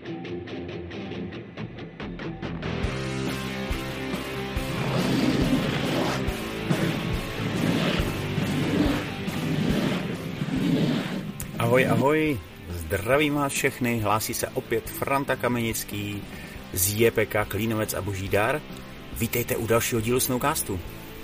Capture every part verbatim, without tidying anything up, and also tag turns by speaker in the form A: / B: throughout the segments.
A: Ahoj, ahoj, zdravím vás všechny, hlásí se opět Franta Kamenický z J P K Klínovec a Boží Dar. Vítejte u dalšího dílu Snowcastu.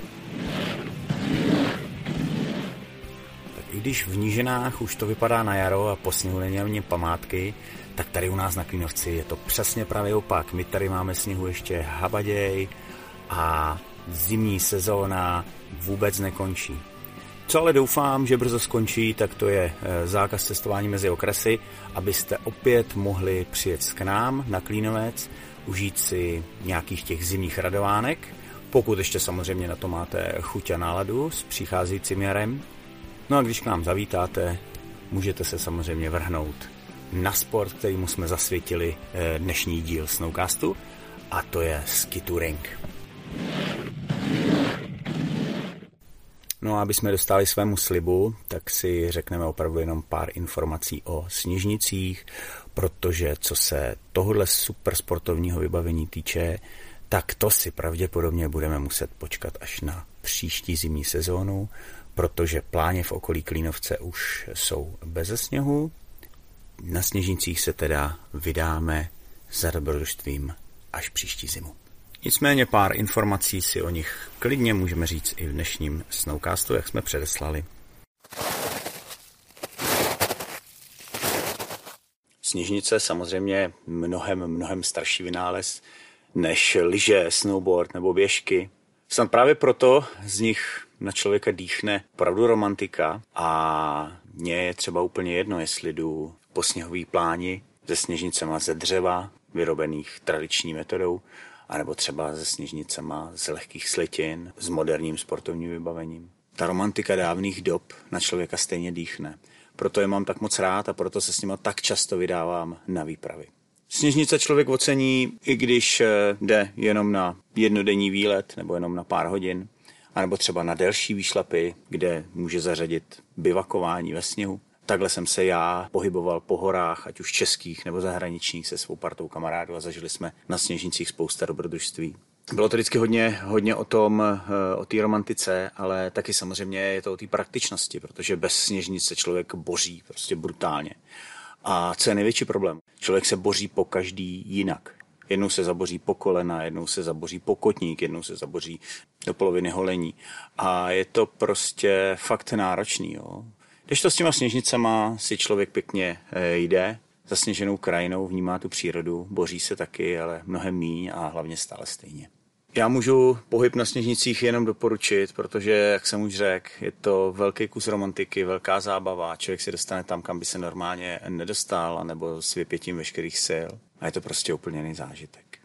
A: Tak i když v nížinách už to vypadá na jaro a po sněhu není ani památky, tak tady u nás na Klínovci je to přesně pravý opak. My tady máme sněhu ještě habaděj a zimní sezóna vůbec nekončí. Co ale doufám, že brzo skončí, tak to je zákaz cestování mezi okresy, abyste opět mohli přijet k nám na Klínovec, užít si nějakých těch zimních radovánek, pokud ještě samozřejmě na to máte chuť a náladu s přicházejícím jarem. No a když k nám zavítáte, můžete se samozřejmě vrhnout na sport, kterýmu jsme zasvětili dnešní díl Snowcastu, a to je ski touring. No a aby jsme dostali svému slibu, tak si řekneme opravdu jenom pár informací o sněžnicích, protože co se tohohle supersportovního vybavení týče, tak to si pravděpodobně budeme muset počkat až na příští zimní sezónu, protože pláně v okolí Klínovce už jsou beze sněhu. Na sněžnicích se teda vydáme za dobrodružstvím až příští zimu. Nicméně pár informací si o nich klidně můžeme říct i v dnešním Snowcastu, jak jsme předeslali. Sněžnice samozřejmě mnohem, mnohem starší vynález než lyže, snowboard nebo běžky. Snad právě proto z nich na člověka dýchne opravdu romantika a mně je třeba úplně jedno, jestli jdu po sněhový pláni se sněžnicema ze dřeva, vyrobených tradiční metodou, anebo třeba se sněžnicema z lehkých slitin, s moderním sportovním vybavením. Ta romantika dávných dob na člověka stejně dýchne. Proto je mám tak moc rád a proto se s nima tak často vydávám na výpravy. Sněžnice člověk ocení, i když jde jenom na jednodenní výlet nebo jenom na pár hodin, anebo třeba na delší výšlapy, kde může zařadit bivakování ve sněhu. Takhle jsem se já pohyboval po horách, ať už českých nebo zahraničních, se svou partou kamarádů a zažili jsme na sněžnicích spousta dobrodružství. Bylo to vždycky hodně, hodně o tom, o té romantice, ale taky samozřejmě je to o té praktičnosti, protože bez sněžnice člověk boří prostě brutálně. A co je největší problém? Člověk se boří po každý jinak. Jednou se zaboří po kolena, jednou se zaboří po kotník, jednou se zaboří do poloviny holení. A je to prostě fakt náročný, jo. Když to s těma sněžnicema si člověk pěkně jde, zasněženou krajinou, vnímá tu přírodu, boří se taky, ale mnohem míň a hlavně stále stejně. Já můžu pohyb na sněžnicích jenom doporučit, protože, jak jsem už řekl, je to velký kus romantiky, velká zábava. Člověk se dostane tam, kam by se normálně nedostal, anebo s vypětím veškerých sil. A je to prostě úplně jiný zážitek.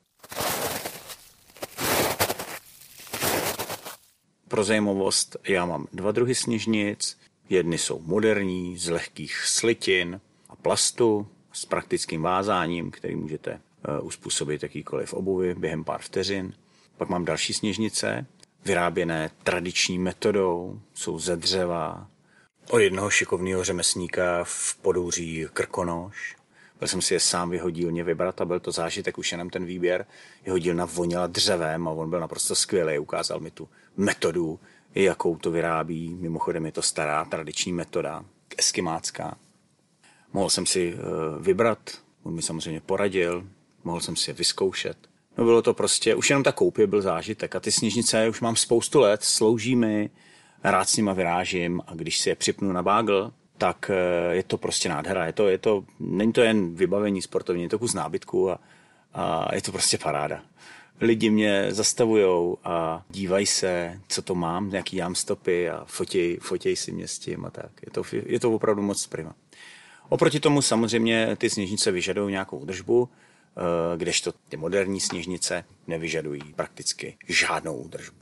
A: Pro zajímavost, já mám dva druhy sněžnic. Jedny jsou moderní, z lehkých slitin a plastu, s praktickým vázáním, který můžete uspůsobit jakýkoliv obuvi během pár vteřin. Pak mám další sněžnice, vyráběné tradiční metodou, jsou ze dřeva, od jednoho šikovného řemeslníka v Podouří Krkonoš. Byl jsem si je sám vyhodilně vybrat a byl to zážitek, už jenom ten výběr. Jeho dílna voněla dřevem a on byl naprosto skvělý, ukázal mi tu metodu, jakou to vyrábí. Mimochodem je to stará tradiční metoda, eskimácká. Mohl jsem si vybrat, on mi samozřejmě poradil, mohl jsem si je vyzkoušet. No bylo to prostě, už jenom ta koupě byl zážitek a ty sněžnice už mám spoustu let, slouží mi, rád s nima vyrážím a když si je připnu na bágl, tak je to prostě nádhera. Je to, je to, není to jen vybavení sportovní, je to kus nábytku a, a je to prostě paráda. Lidi mě zastavujou a dívají se, co to mám, jaký dám stopy a fotěj, fotěj si mě s tím a tak. Je to, je to opravdu moc prima. Oproti tomu samozřejmě ty sněžnice vyžadují nějakou údržbu, kdežto ty moderní sněžnice nevyžadují prakticky žádnou údržbu.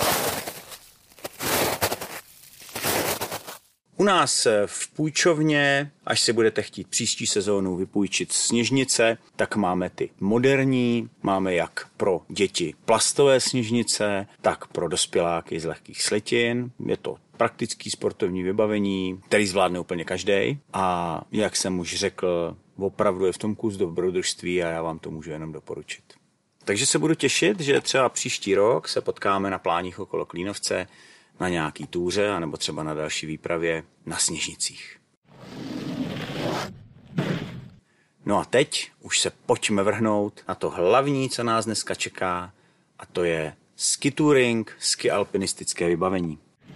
A: U nás v půjčovně, až si budete chtít příští sezónu vypůjčit sněžnice, tak máme ty moderní, máme jak pro děti plastové sněžnice, tak pro dospěláky z lehkých slitin. Je to praktický sportovní vybavení, který zvládne úplně každý. A jak jsem už řekl, Opravdu je v tom kus dobrodružství a já vám to můžu jenom doporučit. Takže se budu těšit, že třeba příští rok se potkáme na pláních okolo Klínovce na nějaký túře, anebo třeba na další výpravě na Sněžnicích. No a teď už se pojďme vrhnout na to hlavní, co nás dneska čeká, a to je ski touring, ski alpinistické vybavení.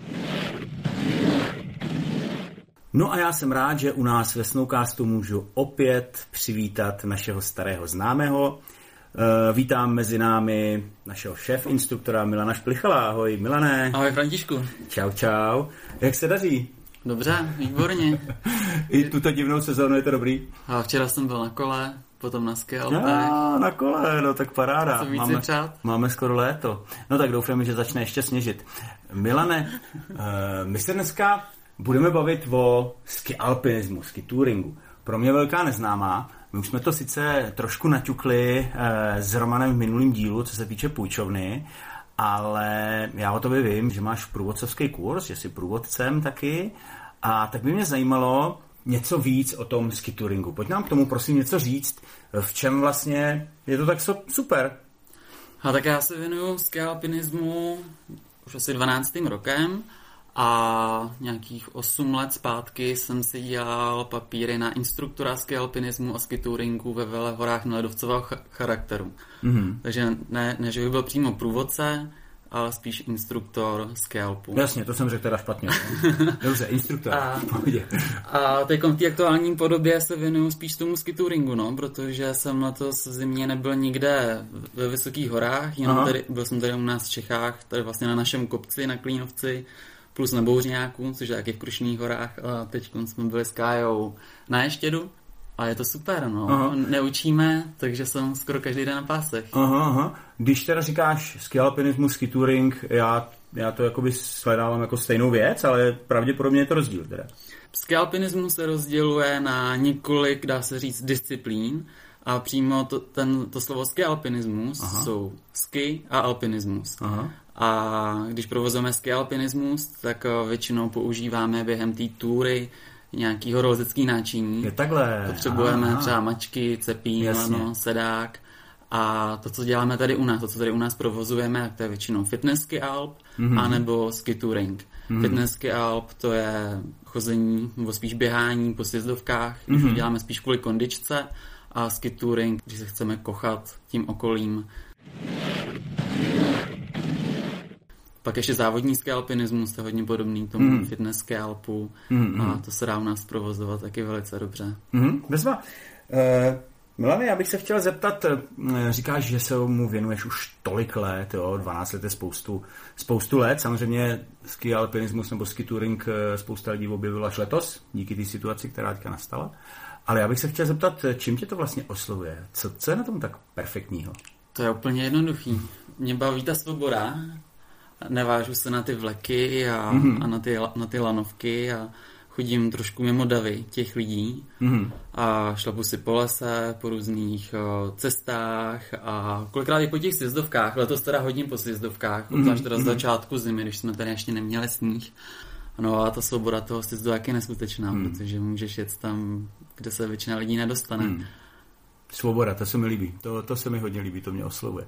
A: No a já jsem rád, že u nás ve Snowcastu můžu opět přivítat našeho starého známého. Vítám mezi námi našeho šéf-instruktora Milana Šplichala. Ahoj Milané.
B: Ahoj Františku.
A: Čau, čau. Jak se daří?
B: Dobře, výborně.
A: I tuto divnou sezónu je to dobrý?
B: A včera jsem byl na kole, potom na ski Alpy.
A: A, na kole, no tak paráda.
B: Co víc
A: máme,
B: přát?
A: máme skoro léto. No tak doufáme, že začne ještě sněžit. Milane, my se dneska budeme bavit o ski alpinismu, ski touringu. Pro mě velká neznámá. My už jsme to sice trošku naťukli s Romanem v minulým dílu, co se týče půjčovny, ale já o tobě vím, že máš průvodcovský kurz, že jsi průvodcem taky, a tak by mě zajímalo něco víc o tom ski touringu. Pojď nám k tomu prosím něco říct, v čem vlastně je to tak super.
B: A tak já se věnuju ski alpinismu už asi dvanáctým rokem a nějakých osm let zpátky jsem si dělal papíry na instruktora ski alpinismu a ski touringu ve velehorách neledovcového charakteru. Mm-hmm. Takže ne, ne, že bych byl přímo průvodce, ale spíš instruktor ski alpu.
A: Jasně, to jsem řekl teda špatně. Dobře, instruktor.
B: A, a teď v té aktuální podobě se věnuju spíš tomu ski touringu, no, protože jsem letos v zimě nebyl nikde ve vysokých horách, jenom tady, byl jsem tady u nás v Čechách, tady vlastně na našem kopci, na Klínovci, plus na Bouřňáku, což je taky v Krušných horách, a teď jsme byli s Kájou na Ještědu a je to super, no. Aha. Neučíme, takže jsem skoro každý den na pásech.
A: Aha, aha. Když teda říkáš ski alpinismus, ski touring, já, já to jakoby sledávám jako stejnou věc, ale pravděpodobně je to rozdíl teda.
B: Ski alpinismus se rozděluje na několik, dá se říct, disciplín a přímo to, ten, to slovo ski alpinismus aha. jsou ski a alpinismus. Aha. A když provozujeme ski alpinismus, tak většinou používáme během té túry nějaký horolezecký náčiní.
A: Je takhle.
B: Potřebujeme aha. třeba mačky, cepín, lano, sedák. A to, co děláme tady u nás, to, co tady u nás provozujeme, tak to je většinou fitness ski alp, mm-hmm. anebo ski touring. Mm-hmm. Fitness ski alp, to je chození, nebo spíš běhání po sjezdovkách, když mm-hmm. děláme spíš kvůli kondičce, a ski touring, když se chceme kochat tím okolím. Pak ještě závodní ski alpinismus, to je hodně podobný tomu mm. fitness ski alpu mm, a to se dá u nás provozovat taky velice dobře.
A: Mm, bezva. Uh, Milane, já bych se chtěl zeptat, říkáš, že se mu věnuješ už tolik let, jo, dvanáct let je spoustu, spoustu let, samozřejmě ski alpinismus nebo ski touring spousta lidí objevilo až letos, díky té situaci, která teďka nastala, ale já bych se chtěl zeptat, čím tě to vlastně oslovuje, co, co je na tom tak perfektního?
B: To je úplně jednoduchý. Mě baví ta svoboda, nevážu se na ty vleky a, mm-hmm. a na, ty, na ty lanovky a chodím trošku mimo davy těch lidí mm-hmm. a šlapu si po lese, po různých o, cestách a kolikrát i po těch sjezdovkách, letos teda hodně po sjezdovkách, mm-hmm. obzvlášť teda z začátku zimy, když jsme tady ještě neměli sníh. No a ta svoboda toho sjezdu je neskutečná, mm. protože můžeš jet tam, kde se většina lidí nedostane. Mm.
A: Svoboda, to se mi líbí, to, to se mi hodně líbí, to mě oslovuje.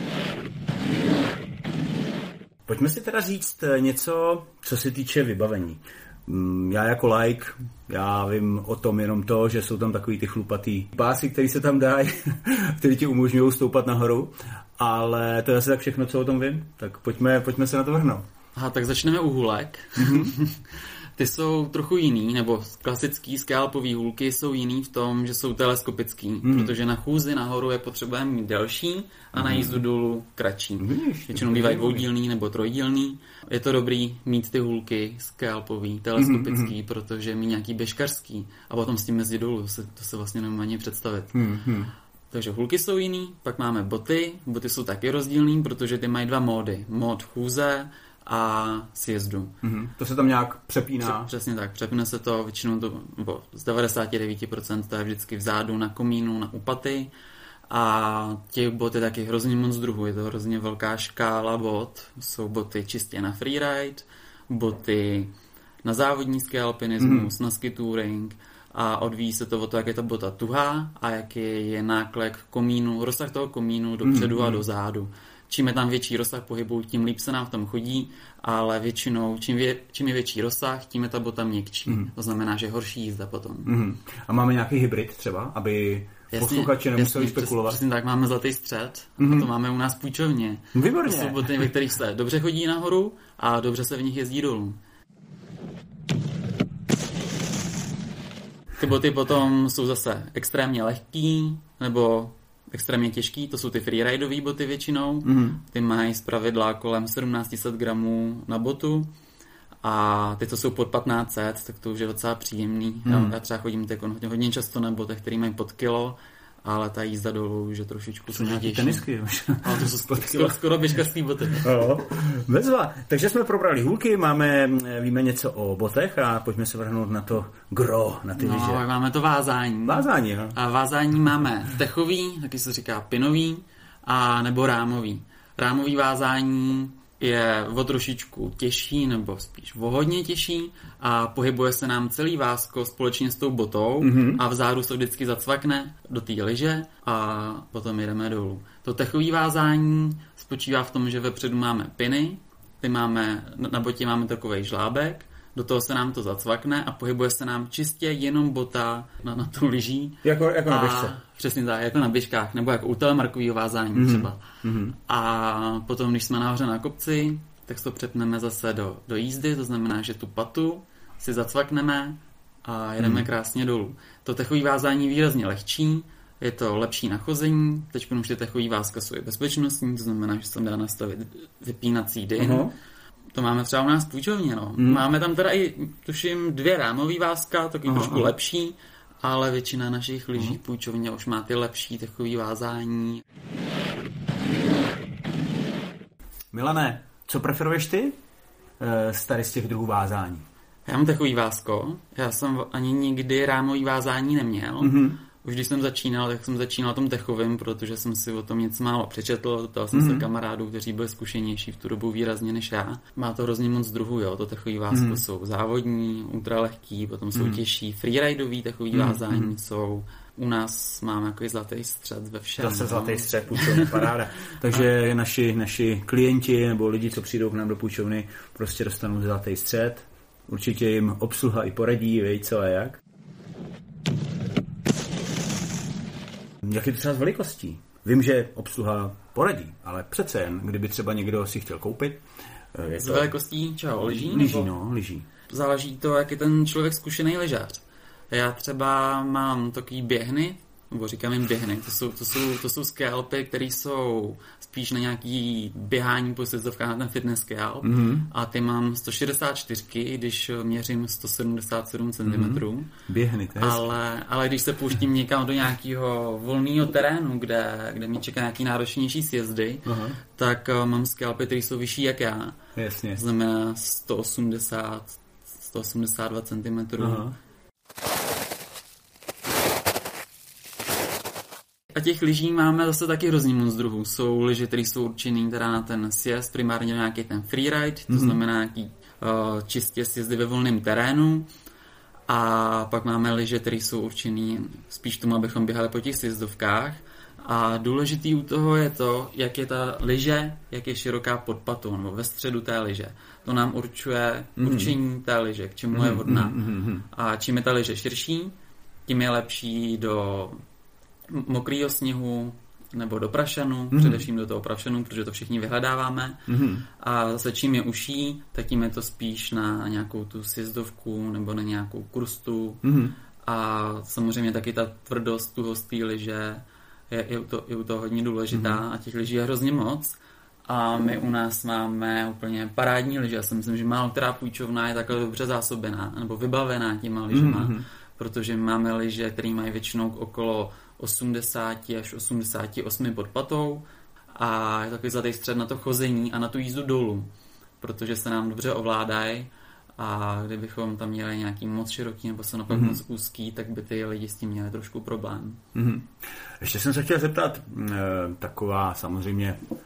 A: Pojďme si teda říct něco, co se týče vybavení. Já jako like, já vím o tom jenom to, že jsou tam takový ty chlupatý pásy, které se tam dají, které ti umožňují stoupat nahoru, ale to je asi tak všechno, co o tom vím. Tak pojďme, pojďme se na to vrhnout.
B: Aha, tak začneme u hůlek. Mm-hmm. Ty jsou trochu jiný, nebo klasický skalpový hůlky jsou jiný v tom, že jsou teleskopický, mm. protože na chůzi nahoru je potřebujeme mít delší a mm. na jízdu dolů kratší. Většinou bývají dvoudílný nebo trojdílný. Je to dobrý mít ty hůlky skalpový, teleskopický, mm. protože mít nějaký běžkařský a potom s tím jezdit dolů, to se, to se vlastně nemůžu ani představit. Mm. Takže hůlky jsou jiný, pak máme boty. Boty jsou taky rozdílný, protože ty mají dva módy. Mód chůze a sjezdu.
A: Mm-hmm. To se tam nějak přepíná?
B: Pře- přesně tak, přepíná se to většinou to, nebo z devadesát devět procent to je vždycky vzadu na komínu, na úpaty a těch bot je taky hrozně moc druhů, je to hrozně velká škála bot, jsou boty čistě na freeride, boty na závodní ski alpinismus, mm-hmm. na ski touring a odvíjí se to o to, jak je ta bota tuhá a jaký je náklek komínu, rozsah toho komínu dopředu mm-hmm. a dozadu. Čím je tam větší rozsah pohybu, tím líp se nám v tom chodí, ale většinou, čím, vě, čím je větší rozsah, tím je ta bota měkčí. Mm. To znamená, že horší jízda potom.
C: Mm. A máme nějaký hybrid třeba, aby posluchači nemuseli jasně, spekulovat?
B: Přesně tak, máme zlatý střed. Mm. A to máme u nás v půjčovně.
C: Výborně.
B: To jsou boty, ve kterých se dobře chodí nahoru a dobře se v nich jezdí dolů. Ty boty potom jsou zase extrémně lehký, nebo extrémně těžký, to jsou ty freeridové boty většinou. Mm. Ty mají zpravidla kolem sedmnáct set gramů na botu a ty, co jsou pod patnáct set, tak to už je docela příjemný. Mm. Já, já třeba chodím teď hodně často na botech, který mají pod kilo, ale ta jízda dolů už je trošičku
C: jsou nějaký tenisky už.
B: Ale to jsou skoro, skoro běžkařský boty.
C: No, bezva. Takže jsme probrali hůlky, máme, víme něco o botech a pojďme se vrhnout na to gro, na ty
B: no,
C: lyže.
B: No, máme to vázání.
C: Vázání, jo.
B: A vázání máme techový, taky se říká pinový, a nebo rámový. Rámový vázání je o trošičku těžší, nebo spíš o hodně těžší a pohybuje se nám celý vázko společně s tou botou mm-hmm. a vzadu se vždycky zacvakne do té lyže a potom jedeme dolů. To techové vázání spočívá v tom, že vepředu máme piny, ty máme, na botě máme takovej žlábek, do toho se nám to zacvakne a pohybuje se nám čistě jenom bota na, na tu lyží.
C: Jako, jako na běžce.
B: Přesně tak, jako na běžkách, nebo jako u telemarkového vázání mm-hmm. třeba. Mm-hmm. A potom, když jsme nahoře na kopci, tak to přepneme zase do, do jízdy, to znamená, že tu patu si zacvakneme a jedeme mm-hmm. krásně dolů. To techové vázání je výrazně lehčí, je to lepší na chození, teď už ty techové vázka jsou bezpečnostní, to znamená, že se tam dá nastavit vypínací dyn. Uh-huh. To máme třeba u nás v půjčovně, no. Mm. Máme tam teda i, tuším, dvě rámový vázka, taky aha, trošku aha. lepší, ale většina našich lyží v půjčovně už má ty lepší takový vázání.
C: Milané, co preferuješ ty z tady z těch druhů vázání?
B: Já mám takový vázko, já jsem ani nikdy rámový vázání neměl. Mm-hmm. Už když jsem začínal, tak jsem začínal tom techovým, protože jsem si o tom něco málo přečetl, dal jsem mm. se kamarádů, kteří byli zkušenější v tu dobu výrazně než já. Má to hrozně moc druhů, jo, to techový vázko mm. jsou závodní, ultralehký, potom jsou mm. těžší, freeridový techový mm. vázání mm. jsou. U nás máme jako zlatý střed ve všem.
C: Zase no. Zlatý střed, půjčovny, paráda. Takže a... naši, naši klienti nebo lidi, co přijdou k nám do půjčovny, prostě dostanou zlatý střed. Určitě jim obsluha i poradí, vědí co a jak. Jak je to třeba s velikostí? Vím, že obsluha poradí, ale přece jen, kdyby třeba někdo si chtěl koupit.
B: Je s to... velikostí čeho? Lyží?
C: Lyží, nebo... no, lyží.
B: Záleží to, jak je ten člověk zkušený lyžař. Já třeba mám takový běhny, nebo říkám jim běhny, to jsou, to jsou, to jsou scalpy, které jsou spíš na nějaký běhání po sjezdovkách na ten fitness scalp mm-hmm. a ty mám sto šedesát čtyři, když měřím sto sedmdesát sedm centimetrů.
C: Mm-hmm. Běhny, to je
B: ale, ale když se pouštím někam do nějakého volného terénu, kde, kde mě čeká nějaký náročnější sjezdy, uh-huh. tak uh, mám scalpy, které jsou vyšší jak já.
C: Jasně.
B: Znamená sto osmdesát, sto osmdesát dva centimetrů. Uh-huh. A těch lyží máme zase taky hrozně moc druhů. Jsou lyže, které jsou určený teda na ten sjezd, primárně na nějaký ten freeride, to mm-hmm. znamená nějaký uh, čistě sjezdy ve volném terénu. A pak máme lyže, které jsou určený spíš tomu, abychom běhali po těch sjezdovkách. A důležitý u toho je to, jak je ta lyže, jak je široká pod patou, nebo ve středu té lyže. To nám určuje mm-hmm. určení té lyže, k čemu mm-hmm. je vhodná. Mm-hmm. A čím je ta lyže širší, tím je lepší do mokrýho sněhu nebo do prašanu, mm. především do toho prašanu, protože to všichni vyhledáváme. Mm. A zase čím je uší, tak tím je to spíš na nějakou tu sjezdovku nebo na nějakou krustu. Mm. A samozřejmě taky ta tvrdost, tuhost té lyže je, je, u to, je u toho hodně důležitá mm. a těch lyží je hrozně moc. A my u nás máme úplně parádní lyže. Já si myslím, že málo která půjčovna je takhle dobře zásobená nebo vybavená těma lyžema, mm. protože máme lyže, které mají většinou okolo osmdesát až osmdesát osm pod patou a je takový zlatý střed na to chození a na tu jízdu dolů, protože se nám dobře ovládají a kdybychom tam měli nějaký moc široký nebo se naopak mm-hmm. moc úzký, tak by ty lidi s tím měli trošku problém.
C: Mm-hmm. Ještě jsem se chtěl zeptat, e, taková samozřejmě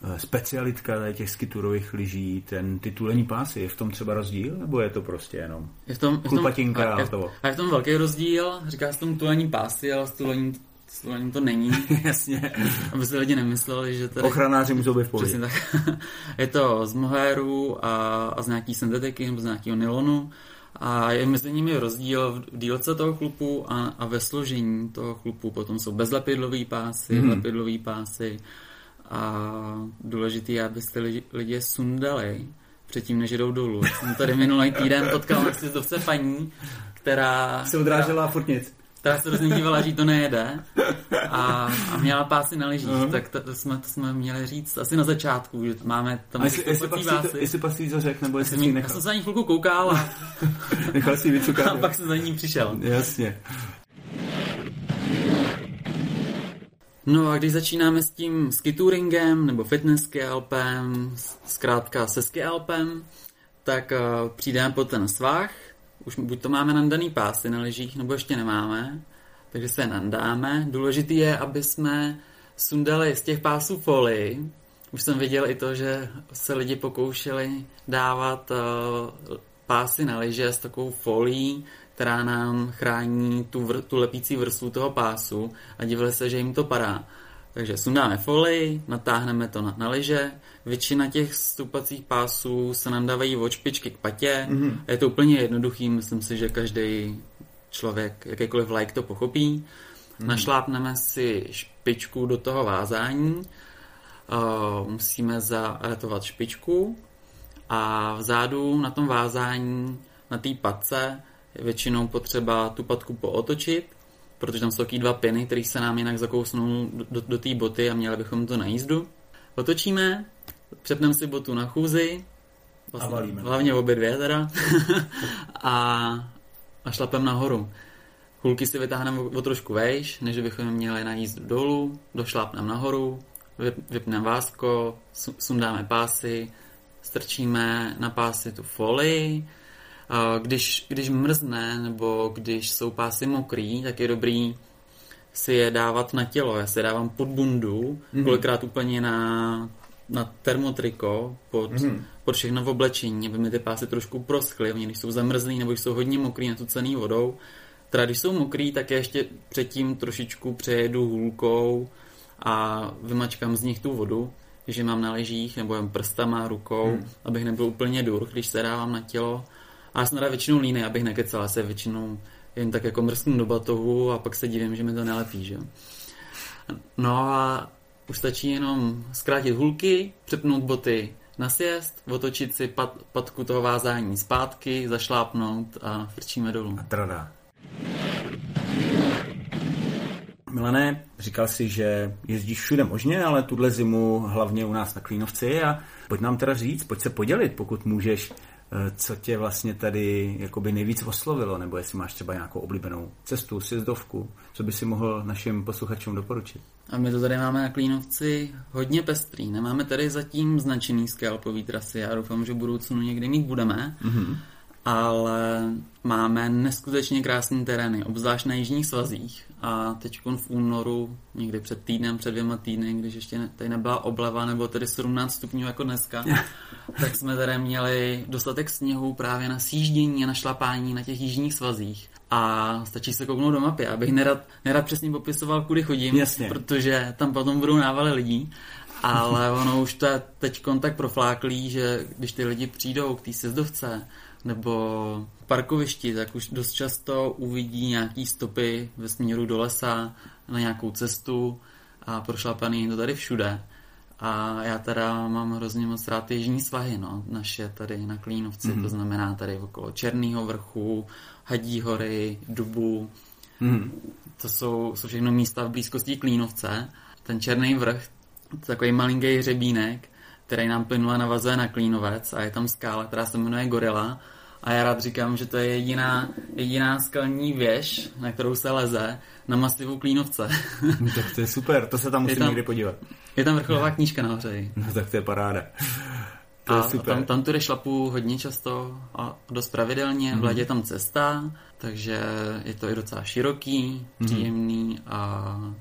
C: specialitka tady těch skiturových lyží, ten ty tulení pásy. Je v tom třeba rozdíl, nebo je to prostě jenom
B: je v tom,
C: kulpatinka
B: je v tom,
C: a to?
B: A je v tom velký rozdíl, říká se tomu tulení pásy, ale s tulením, s tulením to není.
C: Jasně.
B: Aby si lidi nemysleli, že tady...
C: Ochranáři můžou být v pohodě.
B: Tak. Je to z mohéru a, a z nějaký syntetiky nebo z nějakého nylonu. A je mezi nimi rozdíl v dílce toho chlupu a, a ve složení toho chlupu. Potom jsou bezlepidlový pásy, hmm. lepidlový pásy. A důležitý je, abyste lidi, lidi sundali předtím, než jdou dolů. Jsem tady minulý týden potkal na sjezdovce paní, která...
C: Se odrážela a furt nic.
B: Která se hrozně dívala, že to nejede a, a měla pásy na lyžích, uh-huh. tak to, to, jsme, to jsme měli říct asi na začátku, že máme tam
C: jestli, jestli pak
B: pásy.
C: To, jestli pak si to řekl, nebo jestli si nechal.
B: Já jsem se za ní chvilku koukal a,
C: nechal si vycukat.
B: A pak jsem za ní přišel.
C: Jasně.
B: No a když začínáme s tím skitouringem nebo fitness scalpem, zkrátka se scalpem, tak uh, přijdeme po ten svah. Už buď to máme nandaný pásy na lyžích, nebo ještě nemáme, takže se nandáme. Důležitý je, aby jsme sundali z těch pásů folii. Už jsem viděl i to, že se lidi pokoušeli dávat uh, pásy na lyže s takovou folií, která nám chrání tu, vr- tu lepící vrstvu toho pásu a divili se, že jim to padá. Takže sundáme folii, natáhneme to na, na lyže. Většina těch stoupacích pásů se nám dávají od špičky k patě. Mm-hmm. Je to úplně jednoduchý, myslím si, že každý člověk, jakýkoliv like to pochopí. Mm-hmm. Našlápneme si špičku do toho vázání. Uh, musíme zaretovat špičku a vzadu na tom vázání, na té patce, je většinou potřeba tu patku pootočit, protože tam jsou taky dva piny, které se nám jinak zakousnou do, do, do té boty a měli bychom to na jízdu. Otočíme, přepneme si botu na chůzi,
C: vlastně, a valíme.
B: Hlavně obě dvě teda, a, a šlapem nahoru. Chůlky si vytáhneme o, o trošku vejš, než bychom měli na jízdu dolů, došlápneme nahoru, vyp, vypneme vásko, sundáme pásy, strčíme na pásy tu folii. Když, když mrzne nebo když jsou pásy mokrý, tak je dobrý si je dávat na tělo. Já si je dávám pod bundu, mm-hmm. kolikrát úplně na, na termotriko, pod, mm-hmm. pod všechno v oblečení, aby mi ty pásy trošku proschly. Oni když jsou zamrzlí nebo když jsou hodně mokrý, natucený vodou. Teda když jsou mokrý, tak je ještě předtím trošičku přejedu hůlkou a vymačkám z nich tu vodu, když je mám na lyžích nebo jen prstama, rukou, mm. abych nebyl úplně dur, když se dávám na tělo. A já jsem teda většinou línej, abych nekecal, já se většinou jen tak jako mrsknu do batohu a pak se divím, že mi to nelepí, že? No a už stačí jenom zkrátit hůlky, přepnout boty na sjezd, otočit si pat, patku toho vázání zpátky, zašlápnout a frčíme dolů.
C: A trada. Milané, říkal jsi, že jezdíš všude možně, ale tuhle zimu hlavně u nás na Klínovci a pojď nám teda říct, pojď se podělit, pokud můžeš, co tě vlastně tady jakoby nejvíc oslovilo, nebo jestli máš třeba nějakou oblíbenou cestu, sjezdovku, co by si mohl našim posluchačům doporučit.
B: A my to tady máme na Klínovci hodně pestrý. Nemáme tady zatím značený scalpový trasy. Já doufám, že v budoucnu někdy mít budeme. Mm-hmm. Ale máme neskutečně krásné terény, obzvlášť na jižních svazích. A teď v únoru, někdy před týdnem, před dvěma týdny, když ještě ne, tady nebyla obleva, nebo tedy sedmnáct stupňů jako dneska, tak jsme tady měli dostatek sněhu právě na sjíždění a na šlapání na těch jižních svazích. A stačí se kouknout do mapy, abych nerad, nerad přesně popisoval, kudy chodím,
C: Jasně.
B: protože tam potom budou návaly lidí. Ale ono už to je teďkon tak profláklý, že když ty lidi přijdou k té sjezdovce nebo parkovišti, tak už dost často uvidí nějaký stopy ve směru do lesa na nějakou cestu a prošlapaný je to tady všude. A já teda mám hrozně moc rád ty jižní svahy, no, naše tady na Klínovci, mm-hmm. to znamená tady okolo Černýho vrchu, Hadí hory, Dubu. Mm-hmm. To jsou, jsou všechno místa v blízkosti Klínovce. Ten Černý vrch, takový malinký hřebínek, který nám plynule navazuje na Klínovec a je tam skála, která se jmenuje Gorila. A já rád říkám, že to je jediná, jediná skalní věž, na kterou se leze na masivu Klínovce.
C: Tak to je super, to se tam musím tam, někdy podívat.
B: Je tam vrcholová knížka nahoře.
C: No tak to je paráda. To
B: a
C: je super.
B: tam, tam tudy šlapu hodně často a dost pravidelně, mm-hmm. v ledě je tam cesta, takže je to i docela široký, příjemný mm-hmm. a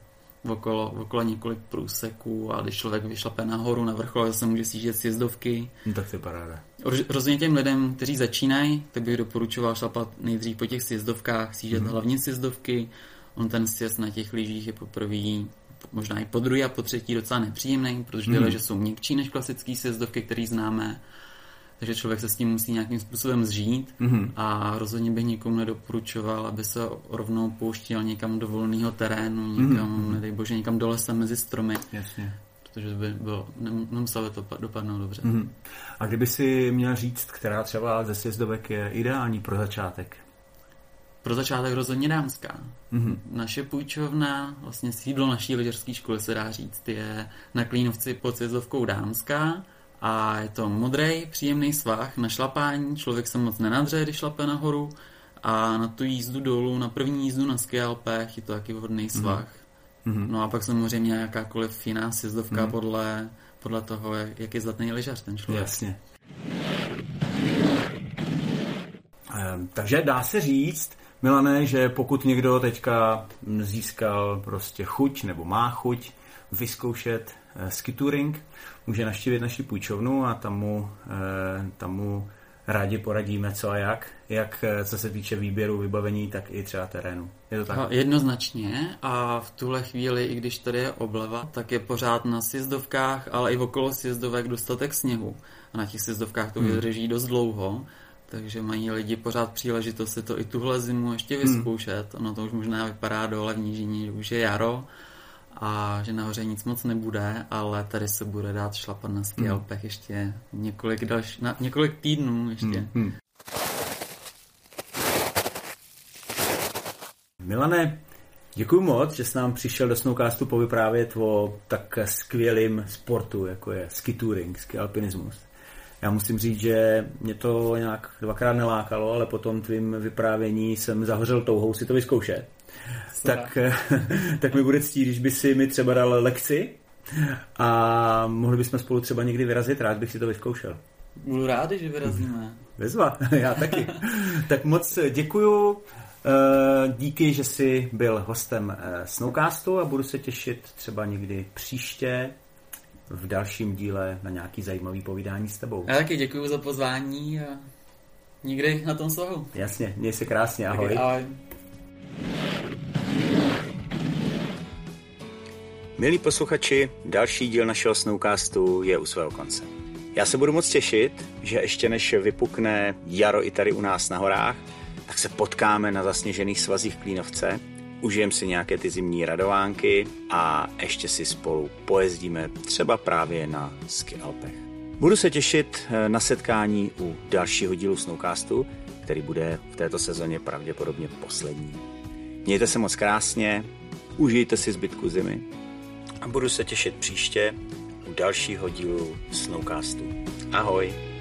B: okolo, okolo několik průseků a když člověk vyšlape nahoru, na vrchol, zase může sjíždět sjezdovky.
C: No, tak to je paráda.
B: Rozhodně těm lidem, kteří začínají, tak bych doporučoval šlapat nejdřív po těch sjezdovkách, sjíždět mm-hmm. hlavně sjezdovky. On ten sjezd na těch lyžích je poprvé, možná i po druhé a po třetí docela nepříjemný, protože ty mm-hmm. lyže jsou měkčí než klasické sjezdovky, které známe. Takže člověk se s tím musí nějakým způsobem zžít mm-hmm. a rozhodně bych nikomu nedoporučoval, aby se rovnou pouštěl někam do volného terénu, někam, mm-hmm. nedej bože, někam do lesa mezi stromy.
C: Jasně.
B: Protože by bylo, nemuselo to dopadnout dobře.
C: Mm-hmm. A kdyby si měl říct, která třeba ze sjezdovek je ideální pro začátek?
B: Pro začátek rozhodně dámská. Mm-hmm. Naše půjčovna, vlastně sídlo naší lyžařské školy se dá říct, je na Klínovci pod sjezdovkou Dámská a je to modrý, příjemný svah na šlapání, člověk se moc nenadře, když šlape nahoru a na tu jízdu dolů, na první jízdu na skialpech je to taky vhodný svah. Mm-hmm. No a pak samozřejmě jakákoliv jiná sjezdovka mm-hmm. podle, podle toho, jak je zdatný lyžař ten člověk.
C: Jasně. Ehm, takže dá se říct, Milane, že pokud někdo teďka získal prostě chuť nebo má chuť vyzkoušet uh, ski touring, může navštívit naši půjčovnu a tam mu, uh, tam mu rádi poradíme co a jak, jak co se týče výběru, vybavení, tak i třeba terénu. Je to tak?
B: No, jednoznačně a v tuhle chvíli, i když tady je obleva, tak je pořád na sjezdovkách, ale i okolo sjezdovek dostatek sněhu. A na těch sjezdovkách to vydrží hmm. dost dlouho. Takže mají lidi pořád příležitost si to i tuhle zimu ještě vyzkoušet. Hmm. Ono to už možná vypadá dole v nížině, že už je jaro a že nahoře nic moc nebude, ale tady se bude dát šlapat na ski alpech hmm. ještě několik, další, na, několik týdnů ještě. Hmm. Hmm.
C: Milane, děkuji moc, že jsi nám přišel do Snowcastu povyprávět o tak skvělým sportu, jako je ski touring, ski alpinismus. Já musím říct, že mě to nějak dvakrát nelákalo, ale po tom tvým vyprávění jsem zahořel touhou si to vyzkoušet. Tak, tak mi bude ctí, když by si mi třeba dal lekci a mohli bychom spolu třeba někdy vyrazit, rád bych si to vyzkoušel.
B: Budu rád, že vyrazíme.
C: Vyzva, já taky. Tak moc děkuju, díky, že jsi byl hostem Snowcastu a budu se těšit třeba někdy příště v dalším díle na nějaký zajímavý povídání s tebou.
B: Já taky děkuji za pozvání a někdy na tom svahu.
C: Jasně, měj se krásně, ahoj. Taky, ahoj.
A: Milí posluchači, další díl našeho Snowcastu je u svého konce. Já se budu moc těšit, že ještě než vypukne jaro i tady u nás na horách, tak se potkáme na zasněžených svazích Klínovce, užijeme si nějaké ty zimní radovánky a ještě si spolu pojezdíme třeba právě na ski alpech. Budu se těšit na setkání u dalšího dílu Snowcastu, který bude v této sezóně pravděpodobně poslední. Mějte se moc krásně, užijte si zbytku zimy a budu se těšit příště u dalšího dílu Snowcastu. Ahoj!